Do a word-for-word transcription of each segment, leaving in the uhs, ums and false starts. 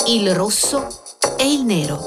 il rosso e il nero.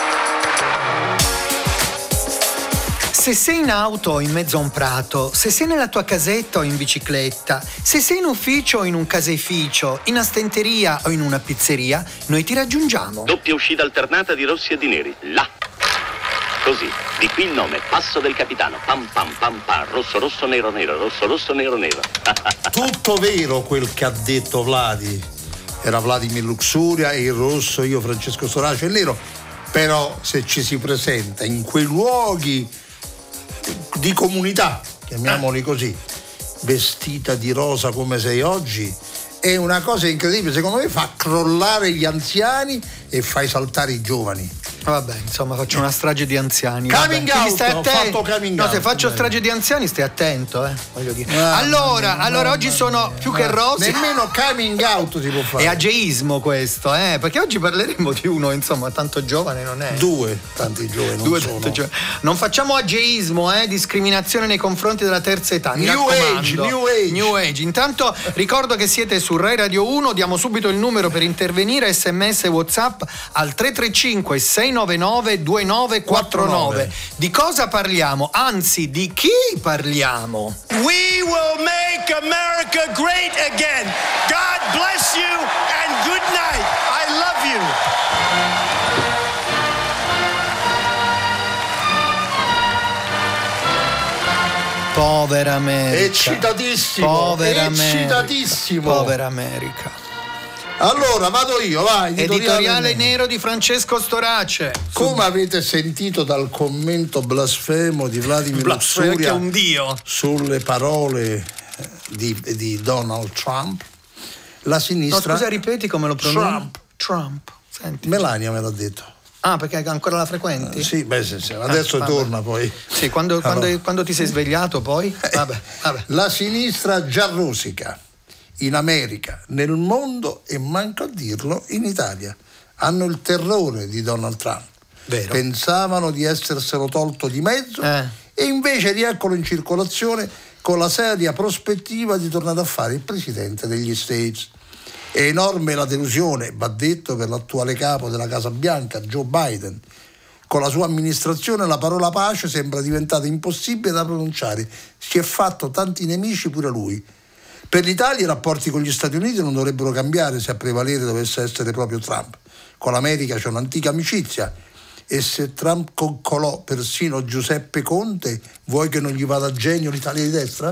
Se sei in auto o in mezzo a un prato, se sei nella tua casetta o in bicicletta, se sei in ufficio o in un caseificio, in una stenteria o in una pizzeria, noi ti raggiungiamo. Doppia uscita alternata di rossi e di neri. Là. Così. Di qui il nome, Passo del Capitano. Pam pam pam pam. Rosso rosso nero nero. Rosso rosso nero nero. Tutto vero quel che ha detto Vladi. Era Vladimir Luxuria e il rosso, io Francesco Storace, il nero. Però se ci si presenta in quei luoghi di comunità, chiamiamoli così, vestita di rosa come sei oggi, è una cosa incredibile. Secondo me fa crollare gli anziani e fai saltare i giovani. Vabbè, insomma, faccio una strage di anziani. Coming Vabbè. out, Stai ho attento. fatto coming no, out, se faccio bene. strage di anziani stai attento, eh. Voglio dire. Ah, allora, mamma allora mia, oggi sono mia, più ma che rosi. Nemmeno coming out si può fare. È ageismo questo, eh? Perché oggi parleremo di uno, insomma, tanto giovane non è. Due, tanti giovani non Due sono. tanto giovani. Non facciamo ageismo, eh? Discriminazione nei confronti della terza età. Mi New raccomando. age, new age. New age. Intanto ricordo che siete su Rai Radio uno, diamo subito il numero per intervenire, sms e WhatsApp al tre tre cinque sei nove nove due nove quattro nove. Di cosa parliamo? Anzi, di chi parliamo? We will make America great again. God bless you and good night. I love you. Povera America. Eccitatissimo. Povera Eccitatissimo. America. Povera America. Allora vado io, vai. Editoriale, Editoriale nero di Francesco Storace. Come avete sentito dal commento blasfemo di Vladimir Blasfemo, che è Luxuria un dio. sulle parole di, di Donald Trump, la No, sinistra. scusa, ripeti come lo pronunci? Trump. Trump. Senti. Melania me l'ha detto. Ah, perché ancora la frequenti? Eh, sì, beh, sì, sì. Adesso Ah, torna poi. Sì, quando, Allora. quando, quando ti sei svegliato poi? Vabbè, vabbè. La sinistra già rosica in America, nel mondo e manco a dirlo in Italia. Hanno il terrore di Donald Trump. Vero. Pensavano di esserselo tolto di mezzo Eh. e invece rieccolo in circolazione con la seria prospettiva di tornare a fare il presidente degli States. È enorme la delusione, va detto, per l'attuale capo della Casa Bianca, Joe Biden. Con la sua amministrazione la parola pace sembra diventata impossibile da pronunciare. Si è fatto tanti nemici pure lui. Per l'Italia i rapporti con gli Stati Uniti non dovrebbero cambiare se a prevalere dovesse essere proprio Trump. Con l'America c'è un'antica amicizia e se Trump coccolò persino Giuseppe Conte, vuoi che non gli vada a genio l'Italia di destra?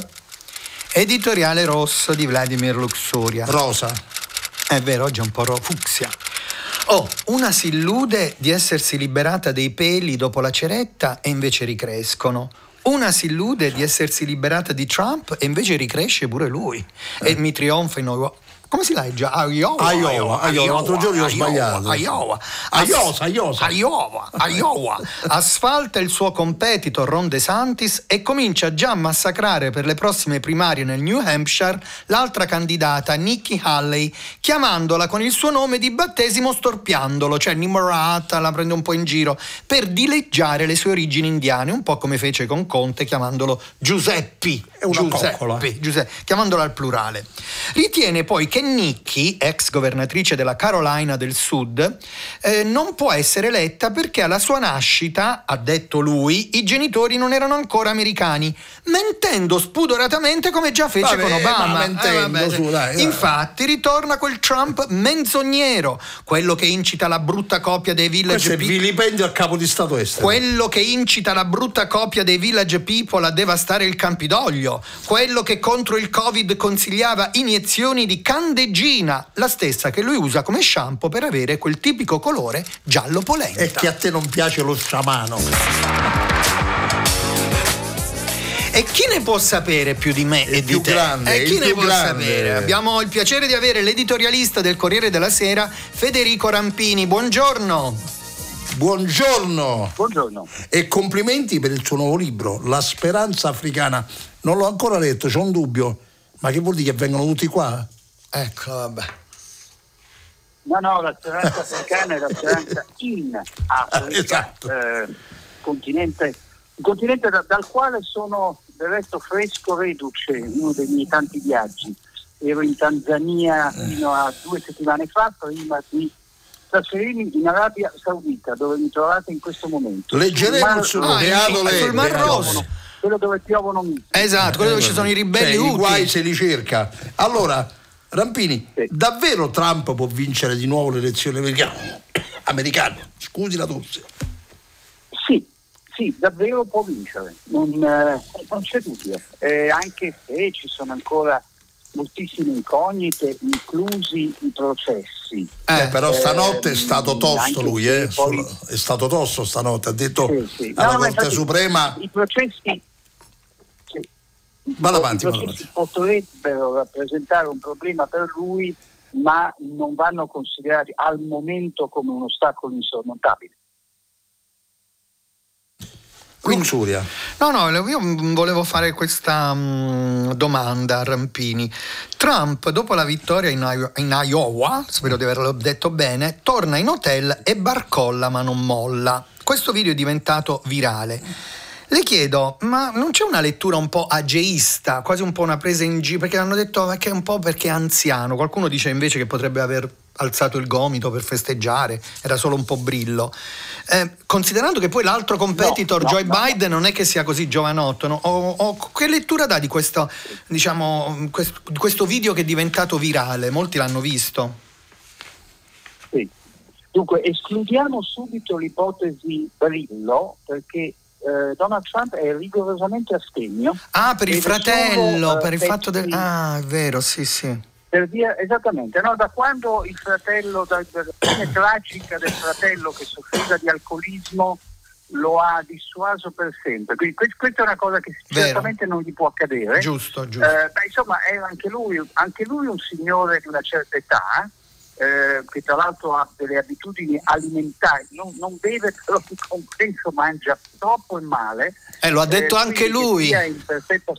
Editoriale rosso di Vladimir Luxuria. Rosa. È vero, oggi è un po' ro- fucsia. Oh, una si illude di essersi liberata dei peli dopo la ceretta e invece ricrescono. Una si illude di essersi liberata di Trump e invece ricresce pure lui. Eh. E mi trionfa in Iowa. Come si legge? Iowa. Iowa, Iowa. L'altro giorno io ho sbagliato. Iowa. Iosa, Iosa. Iowa, Iowa. Asfalta il suo competitor Ron DeSantis e comincia già a massacrare per le prossime primarie nel New Hampshire l'altra candidata Nikki Haley, chiamandola con il suo nome di battesimo, storpiandolo, cioè Nimorata, la prende un po' in giro, per dileggiare le sue origini indiane, un po' come fece con Conte chiamandolo Giuseppi. È una Giuseppe, coccola. Giuseppe, chiamandolo al plurale. Ritiene poi che Nikki, ex governatrice della Carolina del Sud, eh, non può essere eletta perché alla sua nascita, ha detto lui, i genitori non erano ancora americani, mentendo spudoratamente come già fece Vabbè, con Obama. ma mentendo, vabbè, su, dai, dai. Infatti ritorna quel Trump menzognero, quello che incita la brutta copia dei Village Questo è People. vilipendio al capo di Stato estero. Quello che incita la brutta copia dei Village People a devastare il Campidoglio, quello che contro il Covid consigliava iniezioni di candeggina, la stessa che lui usa come shampoo per avere quel tipico colore giallo polenta. E che a te non piace lo sciamano. E chi ne può sapere più di me Il e di più te? grande, E chi il ne più può grande. sapere? Abbiamo il piacere di avere l'editorialista del Corriere della Sera, Federico Rampini. Buongiorno. Buongiorno. Buongiorno. E complimenti per il suo nuovo libro, La speranza africana. Non l'ho ancora letto, c'ho un dubbio. Ma che vuol dire che vengono tutti qua? Ecco, vabbè. No, no, la speranza africana è la speranza in Africa, Esatto. eh, continente, un continente da- dal quale sono del resto fresco reduce, uno dei miei tanti viaggi. Ero in Tanzania fino a due settimane fa, prima di trasferirmi in Arabia Saudita, dove mi trovate in questo momento. Leggeremo sul ah, Beato sul, sul Mar Rosso. Quello dove piovono missili. Esatto, quello dove ci sono i ribelli cioè, Houthi. i guai se li cerca. Allora, Rampini, sì. davvero Trump può vincere di nuovo le elezioni americane? americane? Scusi la tosse. Sì, sì, davvero può vincere, non, eh, non c'è dubbio, eh, anche se ci sono ancora moltissime incognite, inclusi i processi. Eh, però stanotte è stato tosto anche lui, se eh, poi- sul- è stato tosto stanotte, ha detto Sì, sì. alla No, ma Corte infatti Suprema. I processi, sì, Vada avanti, i vada processi potrebbero rappresentare un problema per lui, ma non vanno considerati al momento come un ostacolo insormontabile. Luxuria. No, no, io volevo fare questa um, domanda a Rampini. Trump, dopo la vittoria in, I- in Iowa, spero di averlo detto bene, torna in hotel e barcolla ma non molla. Questo video è diventato virale. Le chiedo, ma non c'è una lettura un po' ageista, quasi un po' una presa in giro, perché hanno detto che è un po' perché è anziano, qualcuno dice invece che potrebbe aver alzato il gomito per festeggiare, era solo un po' brillo. Eh, considerando che poi l'altro competitor, No, no, Joe no, Biden, non è che sia così giovanotto, no? o, o che lettura dà di questo, diciamo, questo, questo video che è diventato virale? Molti l'hanno visto. Sì. Dunque, escludiamo subito l'ipotesi brillo, perché eh, Donald Trump è rigorosamente astemio. Ah, per il Vede fratello, solo, per il eh, fatto del... pezzi- Ah, è vero, sì, sì. Per via, esattamente, no? Da quando il fratello, da, dalla fine tragica del fratello che soffriva di alcolismo, lo ha dissuaso per sempre. Quindi que- questa è una cosa che Vero. certamente non gli può accadere. Giusto, giusto. Eh, beh, insomma, è anche lui, anche lui un signore di una certa età, eh, che tra l'altro ha delle abitudini alimentari, non, non beve, però di compenso mangia troppo e male. Eh, lo ha detto Eh, anche quindi che lui. sia in perfetta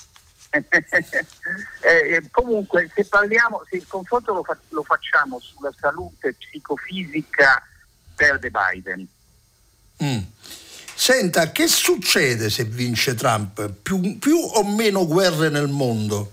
eh, comunque, se parliamo, se il confronto lo, fa- lo facciamo sulla salute psicofisica, perde Biden. Mm. Senta, che succede se vince Trump? Più, più o meno guerre nel mondo?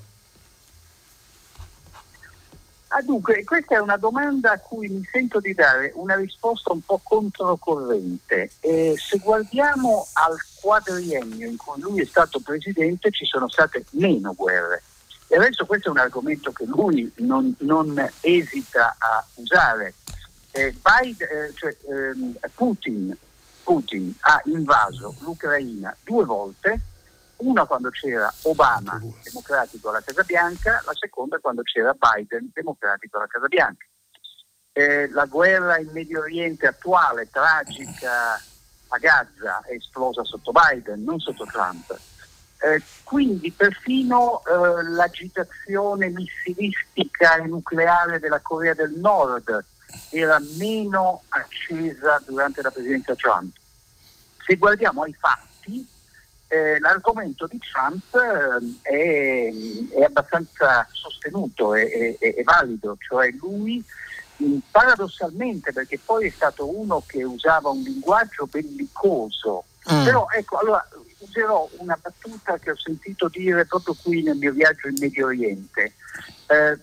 Ah, dunque, questa è una domanda a cui mi sento di dare una risposta un po' controcorrente. Eh, se guardiamo al quadriennio in cui lui è stato presidente, ci sono state meno guerre. E adesso questo è un argomento che lui non, non esita a usare. Eh, Biden, eh, cioè, ehm, Putin, Putin ha invaso l'Ucraina due volte, una quando c'era Obama, democratico alla Casa Bianca, la seconda quando c'era Biden, democratico alla Casa Bianca. Eh, la guerra in Medio Oriente attuale, tragica, a Gaza, è esplosa sotto Biden, non sotto Trump. Eh, quindi perfino eh, l'agitazione missilistica e nucleare della Corea del Nord era meno accesa durante la presidenza Trump. Se guardiamo ai fatti, Eh, l'argomento di Trump eh, è, è abbastanza sostenuto, è, è, è valido, cioè lui mh, paradossalmente, perché poi è stato uno che usava un linguaggio bellicoso, mm. però ecco, allora userò una battuta che ho sentito dire proprio qui nel mio viaggio in Medio Oriente. Eh,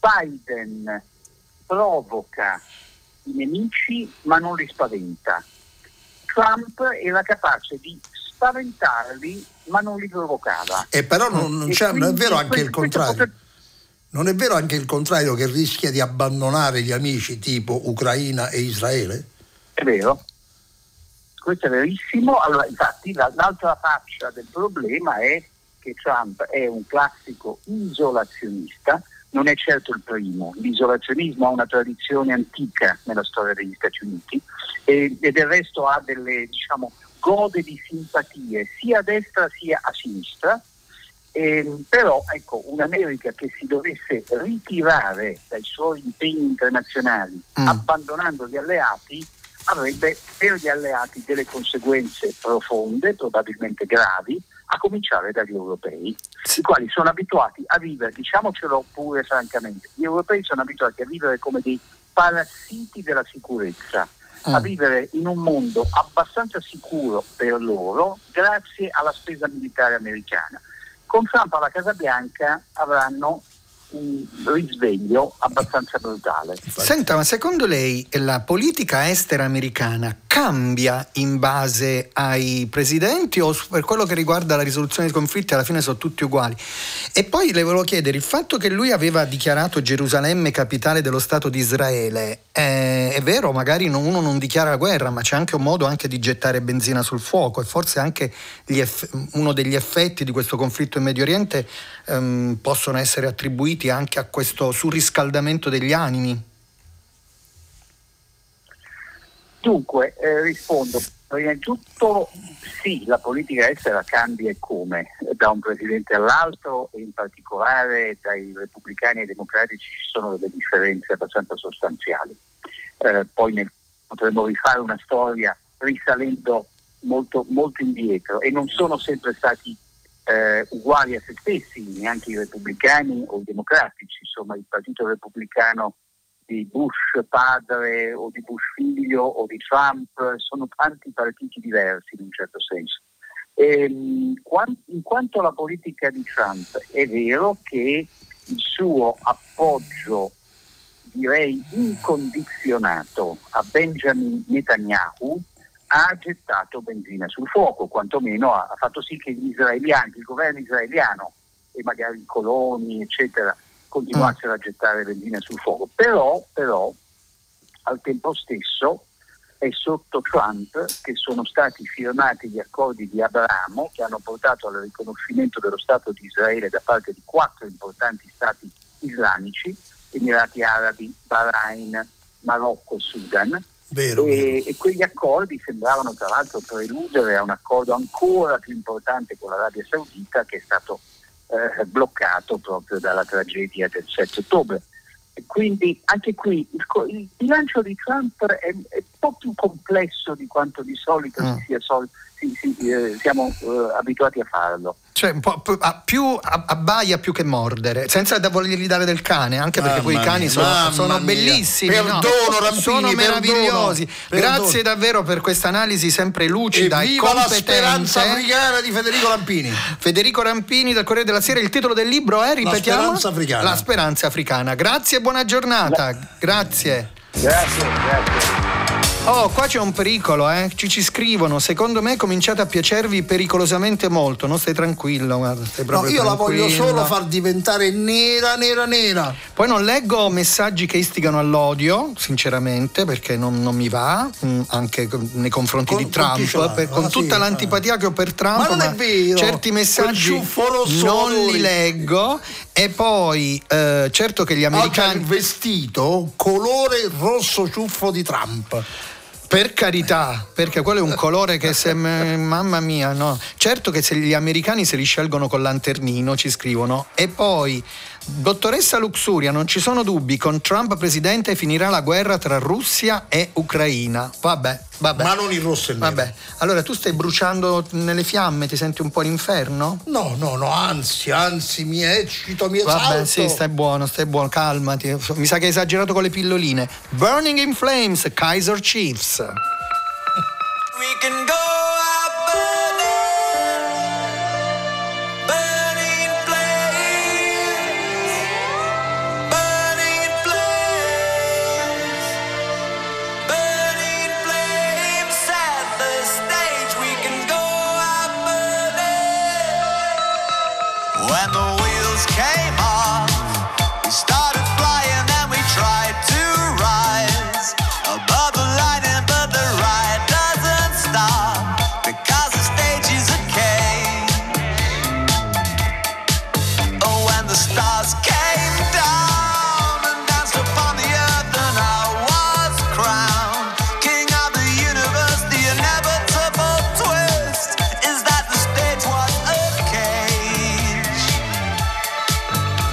Biden provoca i nemici ma non li spaventa. Trump era capace di spaventarli ma non li provocava. E però non, non, c'è, non è vero anche il contrario. Potrebbe... Non è vero anche il contrario, che rischia di abbandonare gli amici tipo Ucraina e Israele? È vero. Questo è verissimo. Allora, infatti l'altra faccia del problema è che Trump è un classico isolazionista, non è certo il primo. L'isolazionismo ha una tradizione antica nella storia degli Stati Uniti e, e del resto ha delle, diciamo, gode di simpatie sia a destra sia a sinistra, eh, però ecco, un'America che si dovesse ritirare dai suoi impegni internazionali mm. abbandonando gli alleati avrebbe per gli alleati delle conseguenze profonde, probabilmente gravi, a cominciare dagli europei, sì. i quali sono abituati a vivere, diciamocelo pure francamente, gli europei sono abituati a vivere come dei parassiti della sicurezza, a vivere in un mondo abbastanza sicuro per loro grazie alla spesa militare americana. Con Trump alla Casa Bianca avranno un risveglio abbastanza brutale. Senta, ma secondo lei la politica estera americana cambia in base ai presidenti, o per quello che riguarda la risoluzione dei conflitti alla fine sono tutti uguali? E poi le volevo chiedere, il fatto che lui aveva dichiarato Gerusalemme capitale dello Stato di Israele, eh, è vero, magari non, uno non dichiara la guerra, ma c'è anche un modo anche di gettare benzina sul fuoco, e forse anche gli eff- uno degli effetti di questo conflitto in Medio Oriente ehm, possono essere attribuiti anche a questo surriscaldamento degli animi. Dunque, eh, rispondo. Prima di tutto sì, la politica estera cambia e come, da un presidente all'altro, e in particolare dai repubblicani ai democratici ci sono delle differenze abbastanza sostanziali. Eh, poi ne potremmo rifare una storia risalendo molto, molto indietro, e non sono sempre stati eh, uguali a se stessi, neanche i repubblicani o i democratici. Insomma, il partito repubblicano di Bush padre o di Bush figlio o di Trump sono tanti partiti diversi in un certo senso. E, in quanto alla politica di Trump, è vero che il suo appoggio, direi incondizionato, a Benjamin Netanyahu ha gettato benzina sul fuoco, quantomeno ha, ha fatto sì che gli israeliani, il governo israeliano e magari i coloni eccetera continuassero a gettare benzina sul fuoco. Però, però, al tempo stesso è sotto Trump che sono stati firmati gli accordi di Abramo, che hanno portato al riconoscimento dello Stato di Israele da parte di quattro importanti stati islamici, Emirati Arabi, Bahrain, Marocco e Sudan. Vero, e, vero. e quegli accordi sembravano tra l'altro preludere a un accordo ancora più importante con l'Arabia Saudita, che è stato Eh, bloccato proprio dalla tragedia del sette ottobre. E quindi anche qui il, il bilancio di Trump è, è un po' più complesso di quanto di solito mm. si sia sol, si, si, eh, siamo eh, abituati a farlo. Cioè un po' più abbaia più che mordere, senza da volergli dare del cane, anche perché mamma quei cani mia, sono, sono mia. bellissimi, Perdono, no? Rampini, sono meravigliosi. Perdono. Grazie davvero per questa analisi sempre lucida e e viva competente. la speranza africana di Federico Rampini. Federico Rampini del Corriere della Sera. Il titolo del libro è, ripetiamo, La speranza africana. La speranza africana. Grazie e buona giornata. Grazie. Grazie, grazie. Oh, qua c'è un pericolo, eh? Ci ci scrivono. Secondo me cominciate a piacervi pericolosamente molto. Non stai tranquillo, guarda. Stai No, proprio io la voglio tranquillo. solo far diventare nera, nera, nera. Poi non leggo messaggi che istigano all'odio, sinceramente, perché non, non mi va, mh, anche nei confronti Con- di con chi ce Trump, l'hai? per- con Ah, tutta sì, l'antipatia che ho per Trump, Ma non è vero. certi messaggi Quel ciuffo rosso non adori. li leggo. E poi eh, certo che gli Oggi ha americani, il vestito colore rosso ciuffo di Trump. per carità, perché quello è un colore che se mamma mia, no. Certo che se gli americani se li scelgono col lanternino, ci scrivono. E poi dottoressa Luxuria, non ci sono dubbi, con Trump presidente finirà la guerra tra Russia e Ucraina. Vabbè, vabbè. Ma non il rosso e il nero. Vabbè, allora tu stai bruciando nelle fiamme, ti senti un po' l'inferno? No, no, no, anzi, anzi, mi eccito, mi esalto. Vabbè, sì, stai buono, stai buono, calmati. Mi sa che hai esagerato con le pilloline. Burning in Flames, Kaiser Chiefs. We can go out burning, burning flames, burning flames, burning flames. Set the stage. We can go out burning. When the wheels came off, we started flying, then we tried to rise above the lightning, but the ride doesn't stop because the stage is a cage. Oh, when the stars came down and danced upon the earth, and I was crowned king of the universe. The inevitable twist is that the stage was a cage.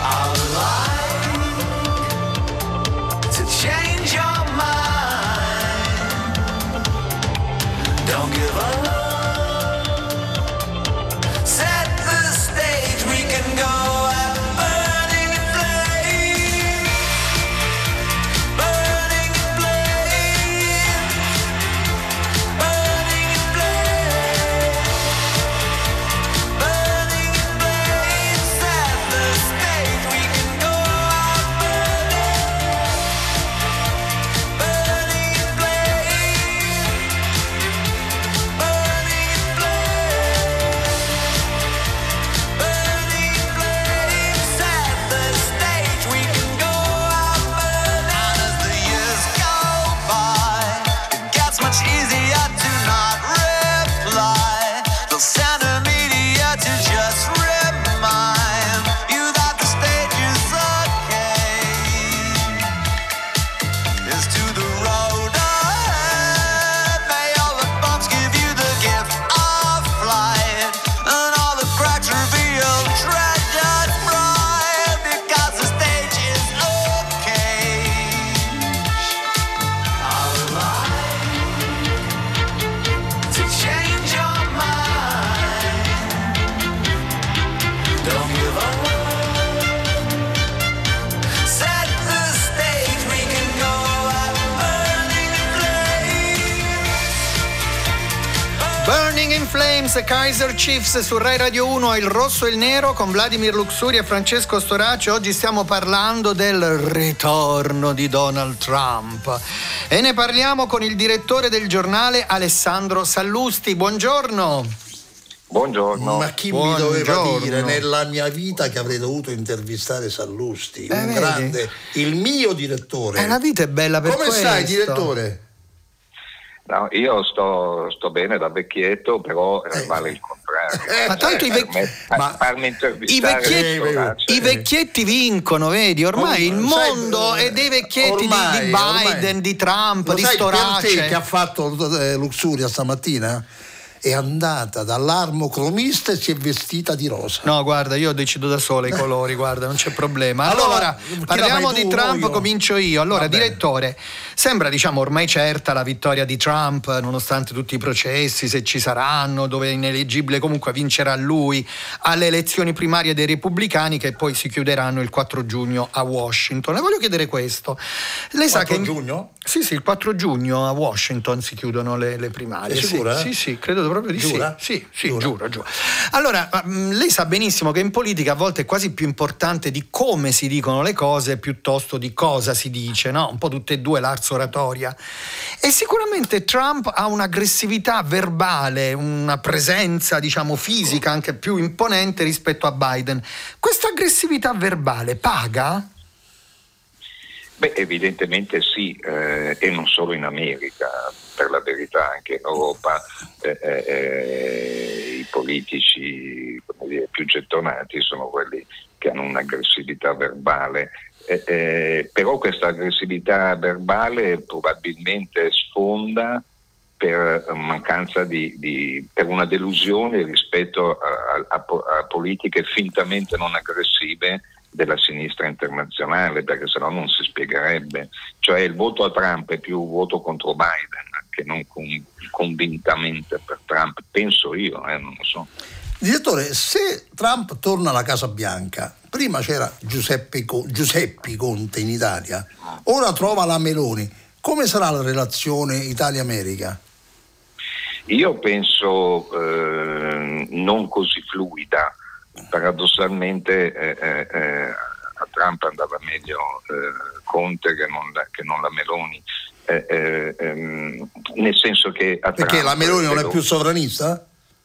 Flames, Kaiser Chiefs su Rai Radio uno, Il Rosso e il Nero con Vladimir Luxury e Francesco Storace. Oggi stiamo parlando del ritorno di Donald Trump e ne parliamo con il direttore del giornale Alessandro Sallusti. Buongiorno. Buongiorno. Ma chi Buongiorno. mi doveva dire nella mia vita che avrei dovuto intervistare Sallusti, Eh, un vedi? grande, il mio direttore. Eh, la vita è bella per Come questo. stai, direttore? No, io sto, sto bene da vecchietto, però eh, vale il contrario. Ma tanto i vec- Per me, fa- ma- farmi I intervistare vecchietti, Storace. I vecchietti vincono, vedi, ormai il Sai, mondo eh, è dei vecchietti ormai, di, di Biden, ormai. di Trump, Lo di sai per te Storace. che ha fatto eh, Luxuria stamattina? È andata dall'armocromista e si è vestita di rosa. No, guarda, io decido da sola i colori, guarda, non c'è problema. Allora, Allora, chi la parliamo fai di tu, Trump, io? comincio io. Allora, Va bene. direttore, sembra diciamo ormai certa la vittoria di Trump, nonostante tutti i processi, se ci saranno, dove è ineleggibile, comunque vincerà lui alle elezioni primarie dei repubblicani che poi si chiuderanno il quattro giugno a Washington. Le voglio chiedere questo. Lei sa che quattro giugno? Sì, sì, il quattro giugno a Washington si chiudono le, le primarie. È sicura? Sì, sì, sì, credo proprio di Giura? sì. Sì, sì, Giura? giuro, giuro. Allora, mh, lei sa benissimo che in politica a volte è quasi più importante di come si dicono le cose piuttosto di cosa si dice, no? Un po' tutte e due l'ars oratoria. E sicuramente Trump ha un'aggressività verbale, una presenza, diciamo, fisica anche più imponente rispetto a Biden. Questa aggressività verbale paga? Beh, evidentemente sì, eh, e non solo in America, per la verità anche in Europa eh, eh, i politici, come dire, più gettonati sono quelli che hanno un'aggressività verbale, eh, eh, però questa aggressività verbale probabilmente sfonda per mancanza di, di per una delusione rispetto a, a, a politiche fintamente non aggressive della sinistra internazionale, perché sennò non si spiegherebbe. Cioè il voto a Trump è più voto contro Biden che non con, convintamente per Trump, penso io, eh, non lo so. Direttore, se Trump torna alla Casa Bianca, prima c'era Giuseppe, Co- Giuseppe Conte in Italia, ora trova la Meloni, come sarà la relazione Italia-America? Io penso eh, non così fluida. Paradossalmente eh, eh, a Trump andava meglio eh, Conte che non la, che non la Meloni, eh, eh, ehm, nel senso che a Perché Trump, la Meloni non è però, più sovranista?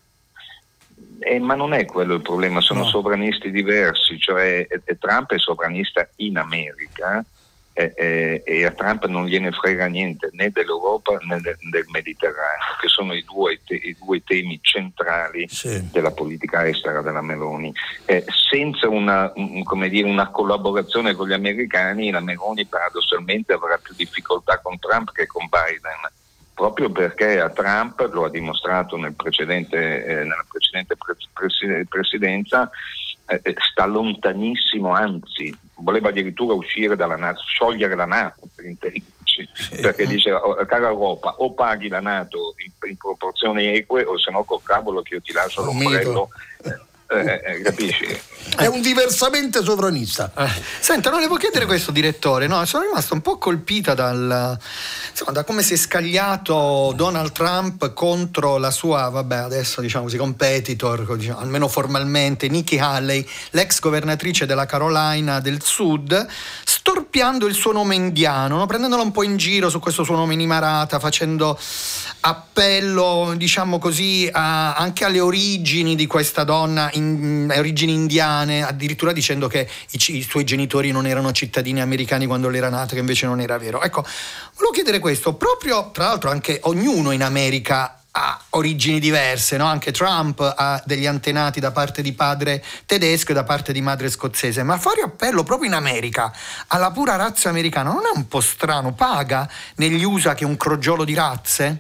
Eh, ma non è quello il problema, sono No. sovranisti diversi, cioè eh, eh, Trump è sovranista in America eh, eh, e a Trump non gliene frega niente né dell'Europa né del, del Mediterraneo, che sono i due, te, i due temi centrali Sì. della politica estera della Meloni. Eh, senza una, un, come dire, una collaborazione con gli americani, la Meloni paradossalmente avrà più difficoltà con Trump che con Biden, proprio perché a Trump, lo ha dimostrato nel precedente, eh, nella precedente pre- presi- presidenza, eh, sta lontanissimo, anzi voleva addirittura uscire dalla NATO, sciogliere la NATO per intenderci, perché dice oh, cara Europa, o paghi la NATO in, in proporzioni eque o se no col cavolo che io ti lascio Un l'ombrello. Eh, eh, capisci? È un diversamente sovranista. Eh. Senta, non le può chiedere questo, direttore? No, sono rimasto un po' colpita dal, insomma, da come si è scagliato Donald Trump contro la sua, vabbè, adesso diciamo così, competitor, diciamo, almeno formalmente, Nikki Haley, l'ex governatrice della Carolina del Sud, storpiando il suo nome indiano, no? Prendendola un po' in giro su questo suo nome Nimarata, facendo appello, diciamo così, a, anche alle origini di questa donna, in, origini indiane, addirittura dicendo che i, i suoi genitori non erano cittadini americani quando lei era nata, che invece non era vero. Ecco, volevo chiedere questo, proprio, tra l'altro anche ognuno in America ha origini diverse, no? Anche Trump ha degli antenati da parte di padre tedesco e da parte di madre scozzese, ma fare appello proprio in America alla pura razza americana non è un po' strano? Paga negli U S A che un crogiolo di razze?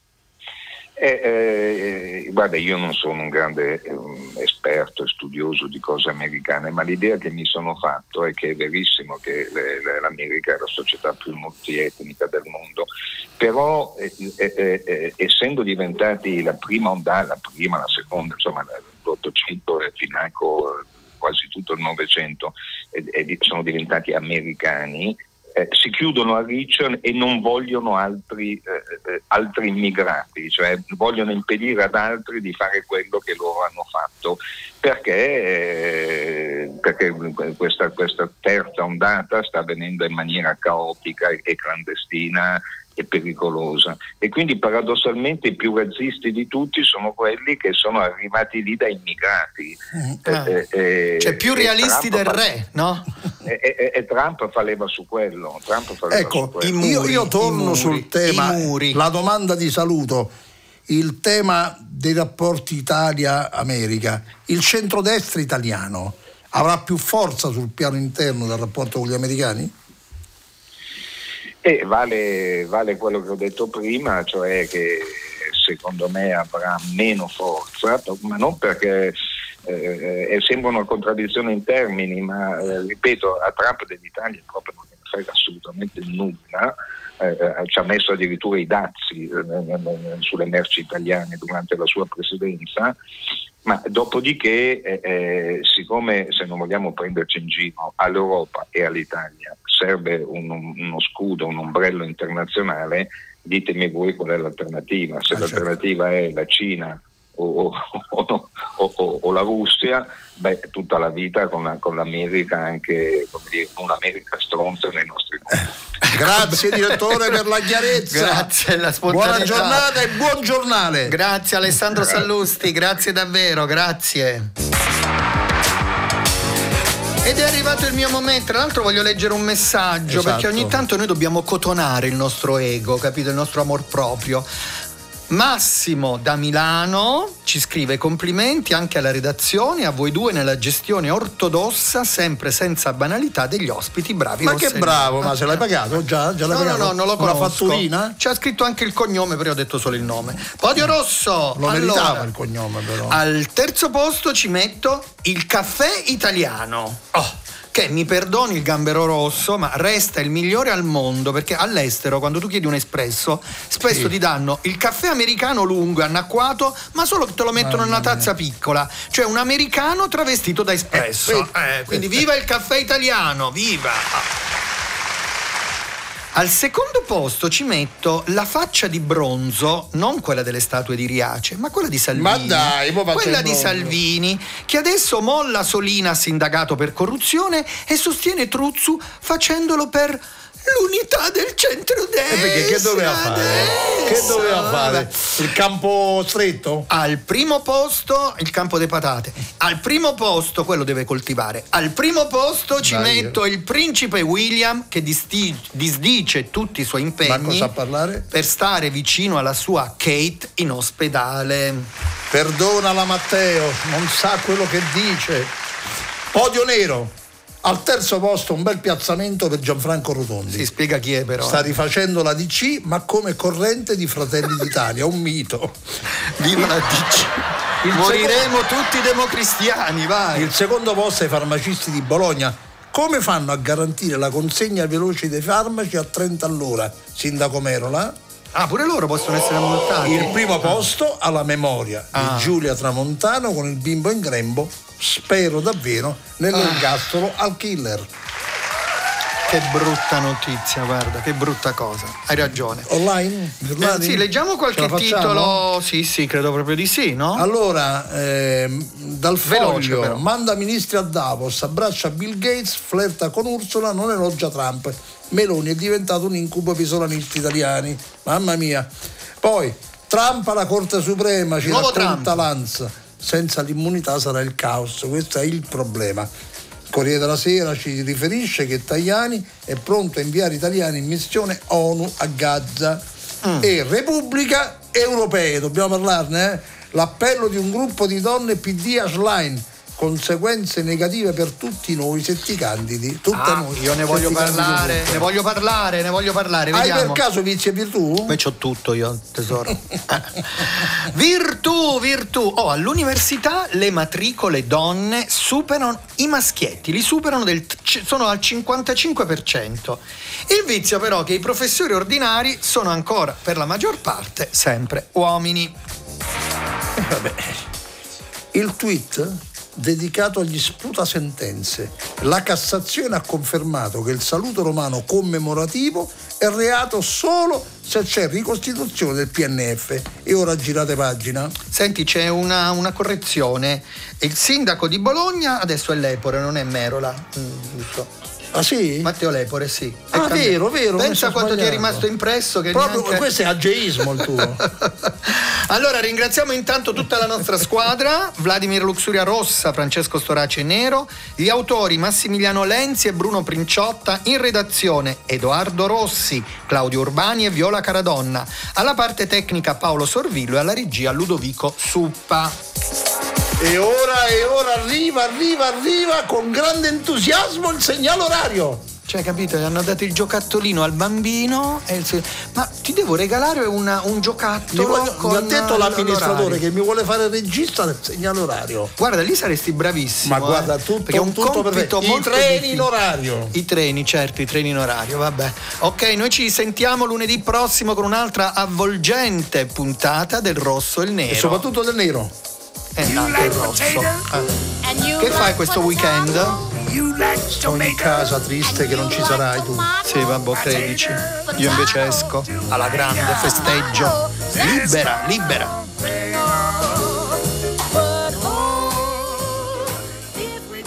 Eh, eh, guarda, io non sono un grande eh, esperto e studioso di cose americane, ma l'idea che mi sono fatto è che è verissimo che le, le, l'America è la società più multietnica del mondo, però eh, eh, eh, essendo diventati la prima ondata, la prima, la seconda, insomma l'Ottocento e financo quasi tutto il Novecento eh, eh, sono diventati americani, eh, si chiudono a riccio e non vogliono altri, eh, altri immigrati, cioè vogliono impedire ad altri di fare quello che loro hanno fatto, perché, eh, perché questa, questa terza ondata sta avvenendo in maniera caotica e clandestina e pericolosa, e quindi paradossalmente i più razzisti di tutti sono quelli che sono arrivati lì da immigrati. Ah. eh, eh, cioè più realisti del fa, re, no? E, e, e Trump fa leva su quello. Trump fa leva ecco, su quello. i muri, io, io torno muri, sul tema, i muri. la domanda di saluto, il tema dei rapporti Italia-America. Il centrodestra italiano avrà più forza sul piano interno del rapporto con gli americani? E vale, vale quello che ho detto prima, cioè che secondo me avrà meno forza, ma non perché eh, sembra una contraddizione in termini, ma eh, ripeto, a Trump dell'Italia proprio non ne frega assolutamente nulla, eh, ci ha messo addirittura i dazi eh, sulle merci italiane durante la sua presidenza. Ma dopodiché, eh, eh, siccome, se non vogliamo prenderci in giro, all'Europa e all'Italia serve un, uno scudo, un ombrello internazionale, ditemi voi qual è l'alternativa. Se ah, l'alternativa certo. è la Cina o, o, o, o, o la Russia, beh, tutta la vita con, la, con l'America, anche come dire, un'America stronza nei nostri confronti. Grazie direttore per la chiarezza. Grazie alla spontaneità. Buona giornata e buon giornale. Grazie Alessandro Sallusti, grazie davvero, grazie. Ed è arrivato il mio momento. Tra l'altro voglio leggere un messaggio, esatto. perché ogni tanto noi dobbiamo cotonare il nostro ego, capito? Il nostro amor proprio. Massimo da Milano ci scrive: complimenti anche alla redazione, a voi due nella gestione ortodossa, sempre senza banalità degli ospiti bravi. Ma Rossellini. che bravo, ma se l'hai pagato? Già, già l'hai no, pagato? No, no, non lo conosco. Una fatturina? C'ha scritto anche il cognome, però io ho detto solo il nome. Podio rosso. Lo allora, meritava il cognome, però. Al terzo posto ci metto il caffè italiano. Oh. Che mi perdoni il gambero rosso, ma resta il migliore al mondo, perché all'estero quando tu chiedi un espresso spesso sì. ti danno il caffè americano lungo e annacquato, ma solo che te lo mettono in una tazza piccola, cioè un americano travestito da espresso. Eh, eh, quindi viva il caffè italiano, viva! Al secondo posto ci metto la faccia di bronzo, non quella delle statue di Riace, ma quella di Salvini. Ma dai, quella di Salvini, che adesso molla Solinas indagato per corruzione e sostiene Truzzu facendolo per l'unità del centrodestra. E perché che doveva fare? Che doveva fare? Il campo stretto? Al primo posto il campo delle patate. Al primo posto quello deve coltivare. Al primo posto ci Dai, metto il principe William, che disti- disdice tutti i suoi impegni. Ma cosa parlare? Per stare vicino alla sua Kate in ospedale. Perdonala Matteo, non sa quello che dice. Podio nero. Al terzo posto un bel piazzamento per Gianfranco Rotondi. Si spiega chi è, però. Sta rifacendo la D C, ma come corrente di Fratelli d'Italia, un mito. Viva la D C. Il Moriremo secondo... tutti democristiani, vai. Il secondo posto ai farmacisti di Bologna. Come fanno a garantire la consegna veloce dei farmaci a trenta all'ora? Sindaco Merola? Ah, pure loro possono essere multati. Il primo posto alla memoria ah. di Giulia Tramontano con il bimbo in grembo. Spero davvero nell'ergastolo ah. al killer. Che brutta notizia, guarda, che brutta cosa. Hai ragione. Online? Eh, sì, leggiamo qualche titolo. Sì, sì, credo proprio di sì, no? Allora, ehm, dal Veloce, Foglio, però. Manda ministri a Davos, abbraccia Bill Gates, flirta con Ursula, non elogia Trump. Meloni è diventato un incubo per i sovranisti italiani. Mamma mia. Poi, Trump alla Corte Suprema, ci Nuovo racconta Trump. Lanza. Senza l'immunità sarà il caos, questo è il problema. Corriere della Sera ci riferisce che Tajani è pronto a inviare italiani in missione ONU a Gaza. Mm. E Repubblica Europee, dobbiamo parlarne, eh? L'appello di un gruppo di donne P D a Schlein. Conseguenze negative per tutti noi se ti candidi. Tutta ah, noi. Io ne voglio parlare, ne voglio parlare, ne voglio parlare. Hai vediamo. per caso vizi e virtù? Beh, c'ho tutto io, tesoro. Virtù, virtù. Oh, all'università le matricole donne superano i maschietti, li superano del, sono al cinquantacinque per cento. Il vizio però è che i professori ordinari sono ancora, per la maggior parte, sempre uomini. Eh, vabbè. Il tweet dedicato agli sputasentenze. La Cassazione ha confermato che il saluto romano commemorativo è reato solo se c'è ricostituzione del P N F. E ora girate pagina. Senti, c'è una, una correzione. Il sindaco di Bologna adesso è Lepore, non è Merola, mm, giusto? Ah sì? Matteo Lepore, sì. È Ah, vero, vero. Pensa quanto ti è sbagliando. rimasto impresso che Proprio neanche... questo è ageismo il tuo. Allora ringraziamo intanto tutta la nostra squadra: Vladimir Luxuria Rossa, Francesco Storace Nero, gli autori Massimiliano Lenzi e Bruno Princiotta, in redazione Edoardo Rossi, Claudio Urbani e Viola Caradonna, alla parte tecnica Paolo Sorvillo e alla regia Ludovico Suppa. E ora, e ora arriva, arriva, arriva con grande entusiasmo il segnale orario. Cioè, capito, gli hanno dato il giocattolino al bambino e il... ma ti devo regalare una, un giocattolo. Mi, voglio, con mi ha detto l'amministratore l'orario. che mi vuole fare il regista del segnale orario. Guarda, lì saresti bravissimo. Ma guarda, eh, tutto, perché è un tutto compito per molto i treni difficile. in orario. I treni, certo, i treni in orario, vabbè. Ok, noi ci sentiamo lunedì prossimo con un'altra avvolgente puntata del Rosso e il Nero. E soprattutto del nero. E anche il rosso. Eh. Che fai questo weekend? Sono in casa triste che non ci sarai tu. Sì, vabbè, tredici. Io invece esco alla grande, festeggio. Libera, libera.